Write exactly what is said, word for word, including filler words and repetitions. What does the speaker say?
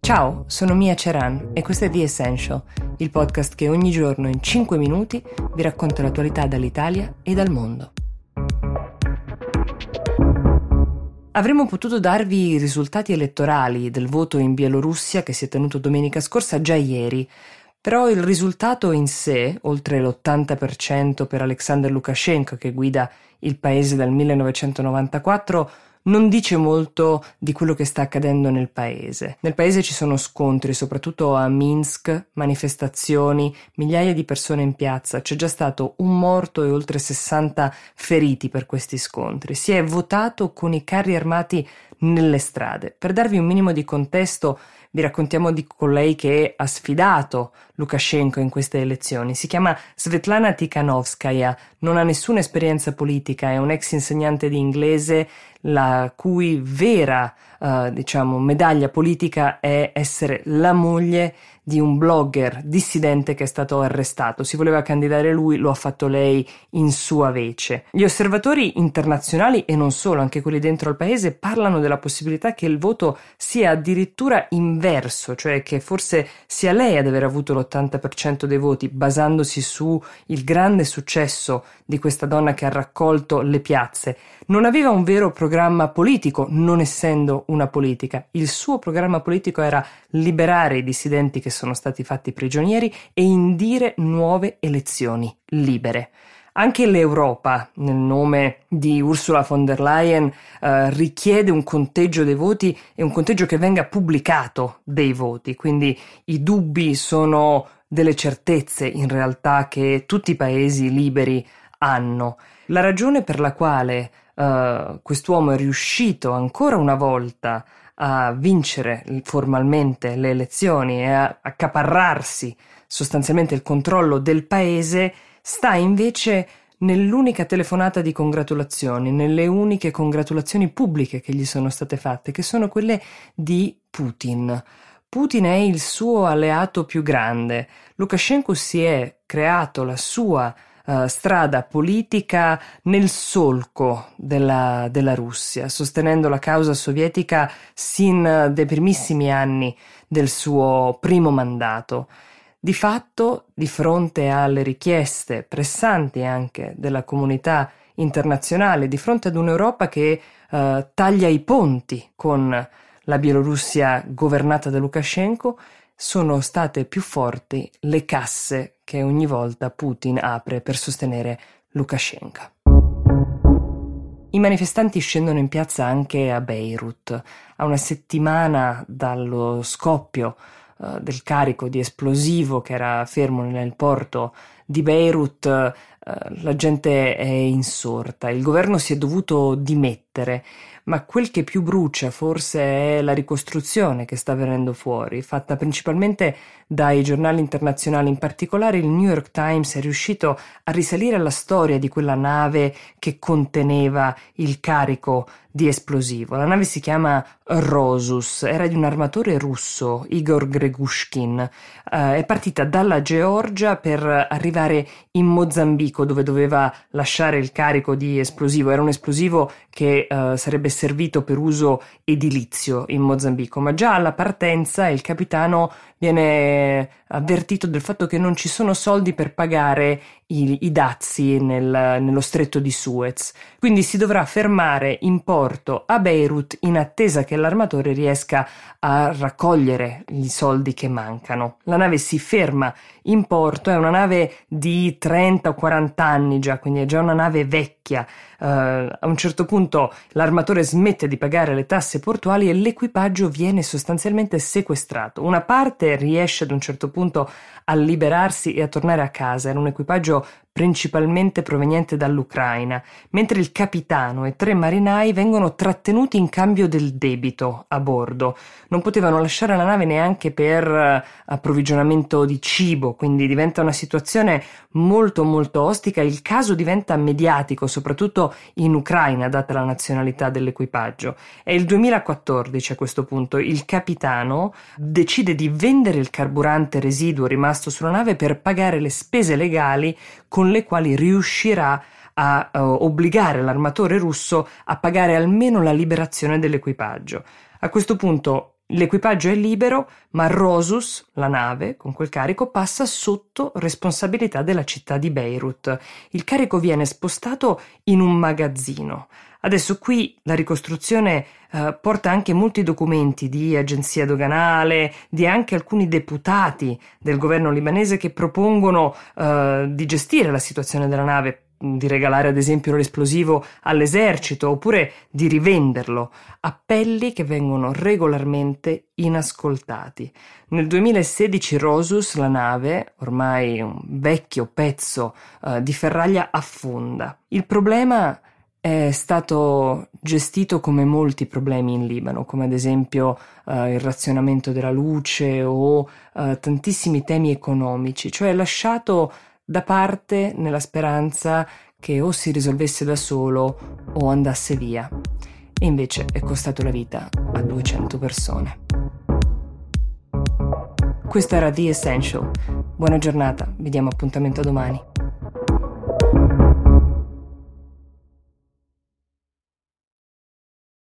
Ciao, sono Mia Ceran e questo è The Essential, il podcast che ogni giorno in cinque minuti vi racconta l'attualità dall'Italia e dal mondo. Avremmo potuto darvi i risultati elettorali del voto in Bielorussia che si è tenuto domenica scorsa già ieri, però il risultato in sé, oltre l'ottanta per cento per Alexander Lukashenko che guida il paese dal millenovecentonovantaquattro, non dice molto di quello che sta accadendo nel paese. Nel paese ci sono scontri, soprattutto a Minsk, manifestazioni, migliaia di persone in piazza. C'è già stato un morto e oltre sessanta feriti per questi scontri. Si è votato con i carri armati nelle strade. Per darvi un minimo di contesto, vi raccontiamo di colei che ha sfidato Lukashenko in queste elezioni. Si chiama Svetlana Tikhanovskaya, non ha nessuna esperienza politica, è un ex insegnante di inglese, la cui vera, uh, diciamo, medaglia politica è essere la moglie di un blogger dissidente che è stato arrestato. Si voleva candidare lui, lo ha fatto lei in sua vece. Gli osservatori internazionali e non solo, anche quelli dentro al paese, parlano della possibilità che il voto sia addirittura inverso, cioè che forse sia lei ad aver avuto l'ottanta per cento dei voti, basandosi su il grande successo di questa donna che ha raccolto le piazze. Non aveva un vero programma politico, non essendo una politica. Il suo programma politico era liberare i dissidenti che sono stati fatti prigionieri e indire nuove elezioni libere. Anche l'Europa, nel nome di Ursula von der Leyen, eh, richiede un conteggio dei voti e un conteggio che venga pubblicato dei voti. Quindi i dubbi sono delle certezze in realtà che tutti i paesi liberi hanno. La ragione per la quale uh, quest'uomo è riuscito ancora una volta a vincere formalmente le elezioni e a accaparrarsi sostanzialmente il controllo del paese sta invece nell'unica telefonata di congratulazioni, nelle uniche congratulazioni pubbliche che gli sono state fatte, che sono quelle di Putin. Putin è il suo alleato più grande. Lukashenko si è creato la sua Uh, strada politica nel solco della, della Russia, sostenendo la causa sovietica sin dai primissimi anni del suo primo mandato. Di fatto, di fronte alle richieste pressanti anche della comunità internazionale, di fronte ad un'Europa che uh, taglia i ponti con la Bielorussia governata da Lukashenko, sono state più forti le casse che ogni volta Putin apre per sostenere Lukashenko. I manifestanti scendono in piazza anche a Beirut. A una settimana dallo scoppio uh, del carico di esplosivo che era fermo nel porto di Beirut, uh, la gente è insorta. Il governo si è dovuto dimettere, ma quel che più brucia forse è la ricostruzione che sta venendo fuori, fatta principalmente dai giornali internazionali. In particolare il New York Times è riuscito a risalire alla storia di quella nave che conteneva il carico di esplosivo. La nave si chiama Rosus, era di un armatore russo, Igor Gregushkin. Uh, è partita dalla Georgia per arrivare in Mozambico, dove doveva lasciare il carico di esplosivo. Era un esplosivo che uh, sarebbe servito per uso edilizio in Mozambico, ma già alla partenza il capitano viene avvertito del fatto che non ci sono soldi per pagare i, i dazi nel, nello stretto di Suez, quindi si dovrà fermare in porto a Beirut in attesa che l'armatore riesca a raccogliere i soldi che mancano. La nave si ferma in porto, è una nave di trenta o quaranta anni già, quindi è già una nave vecchia. Uh, a un certo punto l'armatore smette di pagare le tasse portuali e l'equipaggio viene sostanzialmente sequestrato. Una parte riesce ad un certo punto a liberarsi e a tornare a casa. Era un equipaggio principalmente proveniente dall'Ucraina, mentre il capitano e tre marinai vengono trattenuti in cambio del debito a bordo. Non potevano lasciare la nave neanche per uh, approvvigionamento di cibo, quindi diventa una situazione molto molto ostica. Il caso diventa mediatico, soprattutto in Ucraina, data la nazionalità dell'equipaggio. È il duemilaquattordici a questo punto. Il capitano decide di vendere il carburante residuo rimasto sulla nave per pagare le spese legali con le quali riuscirà a uh, obbligare l'armatore russo a pagare almeno la liberazione dell'equipaggio. A questo punto L'equipaggio è libero, ma Rosus, la nave con quel carico, passa sotto responsabilità della città di Beirut. Il carico viene spostato in un magazzino. Adesso qui la ricostruzione eh, porta anche molti documenti di agenzia doganale, di anche alcuni deputati del governo libanese che propongono eh, di gestire la situazione della nave, di regalare ad esempio l'esplosivo all'esercito oppure di rivenderlo. Appelli che vengono regolarmente inascoltati. Nel duemilasedici Rosus, la nave, ormai un vecchio pezzo uh, di ferraglia, affonda. Il problema è stato gestito come molti problemi in Libano, come ad esempio uh, il razionamento della luce o uh, tantissimi temi economici, cioè lasciato da parte nella speranza che o si risolvesse da solo o andasse via. E invece è costato la vita a duecento persone. Questo era The Essential. Buona giornata, vi diamo appuntamento domani.